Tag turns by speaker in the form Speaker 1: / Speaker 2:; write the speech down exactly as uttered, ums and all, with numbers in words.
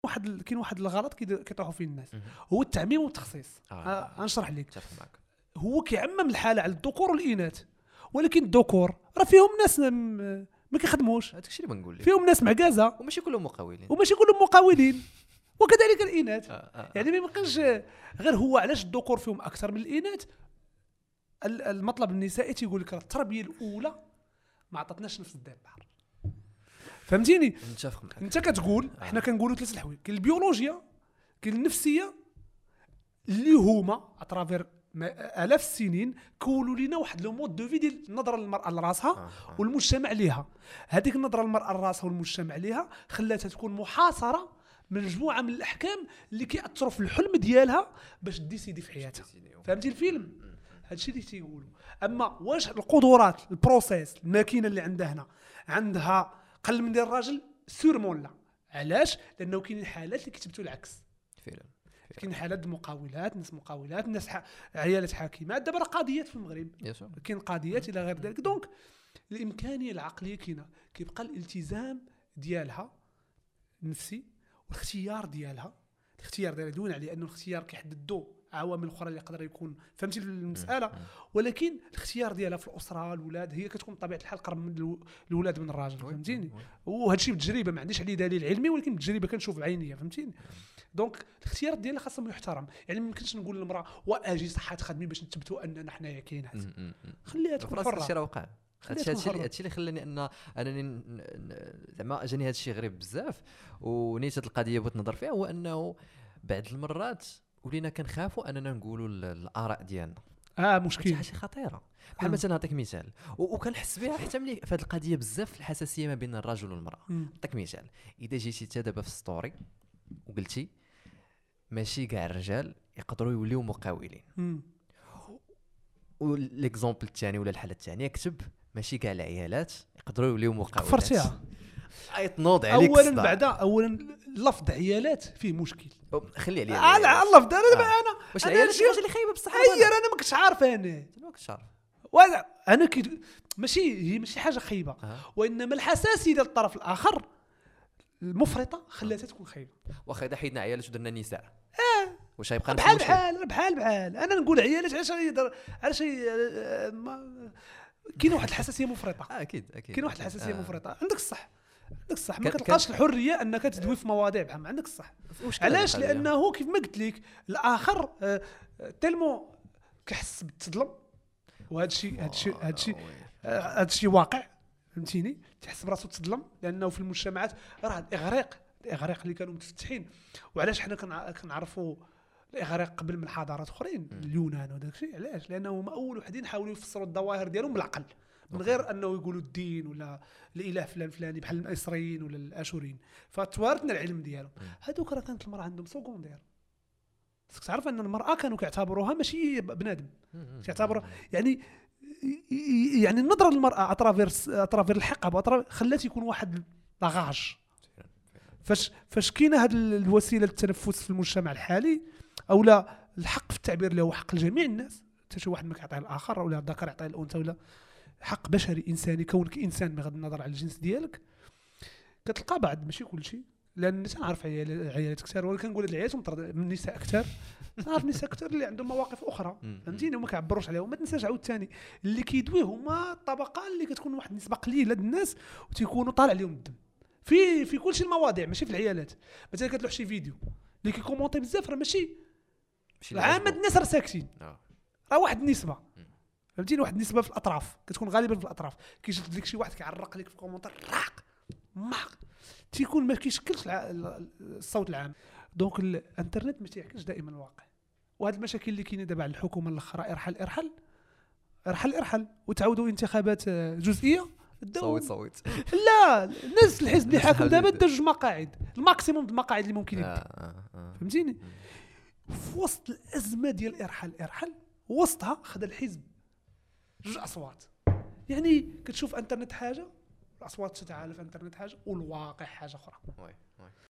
Speaker 1: واحد كاين واحد الغلط كيطيحوا فيه الناس، هو التعميم والتخصيص. آه. غنشرح لك. هو كيعمم الحاله على الذكور والاناث، ولكن الذكور راه فيهم ناس ما كيخدموش،
Speaker 2: هذاك الشيء اللي بنقول لك،
Speaker 1: فيهم ناس معكازه
Speaker 2: وماشي كلهم مقاولين
Speaker 1: وماشي كلهم مقاولين وكذلك الاناث.
Speaker 2: آه آه.
Speaker 1: يعني ما يمكنش غير هو علاش الذكور فيهم اكثر من الاناث. المطلب النسائي تيقول لك راه التربيه الاولى ما عطاتناش نفس الدبار، فهمتيني؟
Speaker 2: نتفق معك.
Speaker 1: انت كتقول آه. حنا كنقولوا ثلاث الحوايج، كاين البيولوجيا، كاين النفسيه، اللي هما اترافير الاف السنين كولوا لنا واحد لو مود دو في ديال النظره للمراه لراسها
Speaker 2: آه. آه.
Speaker 1: والمجتمع ليها. هذيك النظره للمراه لراسها والمجتمع ليها خلاتها تكون محاصره من مجموعه من الاحكام اللي كيأثروا في الحلم ديالها باش ديسيدي في حياتها. فهمتي الفيلم؟ هادشي اللي تيقولوا. اما واش القدرات البروسيس الماكينه اللي عندها هنا عندها قل من ديال الراجل؟ سورمون لا. علاش؟ لانه كاين حالات اللي كتبتوا العكس
Speaker 2: فعلا.
Speaker 1: كاين حالات المقاولات، ناس مقاولات، ناس ح... عيالات حاكمات. دابا راه قضيات في المغرب، كاين قضيات الى غير ذلك. دونك الامكانيه العقليه كاينه، كيبقى الالتزام ديالها النفسي والاختيار ديالها. الاختيار ديالها دوين عليه انه الاختيار كيحددوا عوامل اخرى اللي يقدر يكون، فهمتي المساله؟ ولكن الاختيار ديالها في الاسره الاولاد هي كتكون بطبيعه الحال قرب من الاولاد من الراجل، فهمتيني؟ وهذا الشيء بالتجربه، ما عنديش عليه دليل علمي ولكن بالتجربه كنشوف بعينيا، فهمتيني؟ دونك الاختيار ديالها خاصهم يحترم. يعني ما يمكنش نقول للمراه واجي صحه خدمي باش نثبتوا اننا حنايا كاينات، خليها تكون حره.
Speaker 2: هادشي راه وقع، هادشي هادشي اللي خلاني ان انني زعما جاني هادشي غريب بزاف. ونيت هاد القضيه بغيت نهضر فيها، هو انه بعض المرات ولينا كنخافوا اننا نقولوا الاراء ديالنا.
Speaker 1: اه مشكل،
Speaker 2: حاجه خطيره. بحال آه. مثلا نعطيك مثال، وكنحس بها حتى ملي في هذه القضيه بزاف الحساسيه ما بين الرجل والمراه. نعطيك مثال، اذا جيتي انت دابا في ستوري وقلتي ماشي كاع الرجال يقدروا يوليو مقاولين، والاكزامبل الثاني ولا الحاله الثانيه كتب ماشي كاع العيالات يقدروا يوليو مقاولات،
Speaker 1: كفرتيها.
Speaker 2: ايتنوض عليك
Speaker 1: اولا بعدا اولا لفظ عيالات فيه مشكل،
Speaker 2: خلي عليه
Speaker 1: على اللفظ. انا دابا انا
Speaker 2: واش العيالات شي حاجه اللي خايبه بصح؟
Speaker 1: هي انا ما كنتش عارف، انا
Speaker 2: ما كنتش عارف
Speaker 1: وانا انا كي ماشي هي ماشي حاجه خايبه،
Speaker 2: آه.
Speaker 1: وانما الحساسيه ديال الطرف الاخر المفرطه خلاتها تكون خايبه.
Speaker 2: واخا اذا حيدنا عيالات ودرنا نساء،
Speaker 1: اه
Speaker 2: واش غيبقى
Speaker 1: بحال بحال بحال بحال انا نقول عيالات علاش يقدر علاش كاين واحد الحساسيه مفرطه.
Speaker 2: آه اكيد اكيد
Speaker 1: كاين واحد الحساسيه
Speaker 2: آه.
Speaker 1: مفرطه. عندك الصح، عندك الصح، ما كتلقاش الحريه انك تدوي في مواضيع بحال. عندك الصح. علاش؟ لانه كيف ما قلت لك الاخر آه تلمو كيحس بالتظلم، وهذا الشيء هذا الشيء هذا الشيء هذا الشيء واقع، فهمتيني؟ تحس براسو تظلم لانه في المجتمعات راه الاغريق الاغريق اللي كانوا متفتحين. وعلاش حنا كنعرفوا الاغريق قبل من حضارات اخرين، اليونان وداك الشيء؟ علاش؟ لانه هما اول وحدين حاولوا يفسروا الظواهر ديالهم بالعقل من غير انه يقولوا الدين ولا الاله فلان فلاني بحال المصريين ولا الاشوريين. فتوارثنا العلم ديالهم. هذوك راه كانت المراه عندهم سكوندير. خصك تعرف ان المراه كانوا كيعتبروها ماشي بنادم، كيعتبروا يعني يعني النظره للمراه اترافير اترافير الحقب خلات يكون واحد لاغاج. فاش فاش كاينه هذه الوسيله للتنفس في المجتمع الحالي، او لا الحق في التعبير اللي هو حق لجميع الناس، حتى شي واحد ما كيعطيه الاخر ولا الذكر يعطيه الانثى، ولا حق بشري انساني كونك انسان بغض النظر على الجنس ديالك. كتلقى بعض ماشي كل شيء، لان تنعرف عيالات كثار، ولا كنقول هاد العيالات من النساء اكثر، نعرف نساء كثر اللي عندهم مواقف اخرى، فهمتيني؟ وما كيعبروش عليها. وما تنساش عاوتاني اللي كيدوي هما الطبقه اللي كتكون واحد النسبه قليله د الناس وتيكونوا طالع عليهم الدم في في كل شيء المواضيع، ماشي في العيالات. مثلا كتلوح شي فيديو اللي كيكومونتي بزاف، راه ماشي عامه الناس راه ساكتين، راه واحد النسبه، فهمتيني؟ واحد النسبه في الاطراف كتكون غالبا في الاطراف. كيشد لك شي واحد كيعرق لك في الكومونتير راق ماق، تيكون ما كيشكلش الصوت العام. دونك الانترنت ما تيعكسش دائما الواقع. وهاد المشاكل اللي كاينه دابا على الحكومه الاخرى، ارحل ارحل ارحل ارحل وتعاودوا انتخابات جزئيه،
Speaker 2: صوت صوت
Speaker 1: لا ناس الحزب اللي حاكم دابا دا جوج مقاعد، الماكسيموم د المقاعد اللي ممكن يبدا، فهمتيني؟ في وسط الازمه ديال ارحل ارحل وسطها خد الحزب جوج اصوات. يعني كتشوف انترنت حاجه، الاصوات تتعالى في انترنت حاجه، والواقع حاجه اخرى.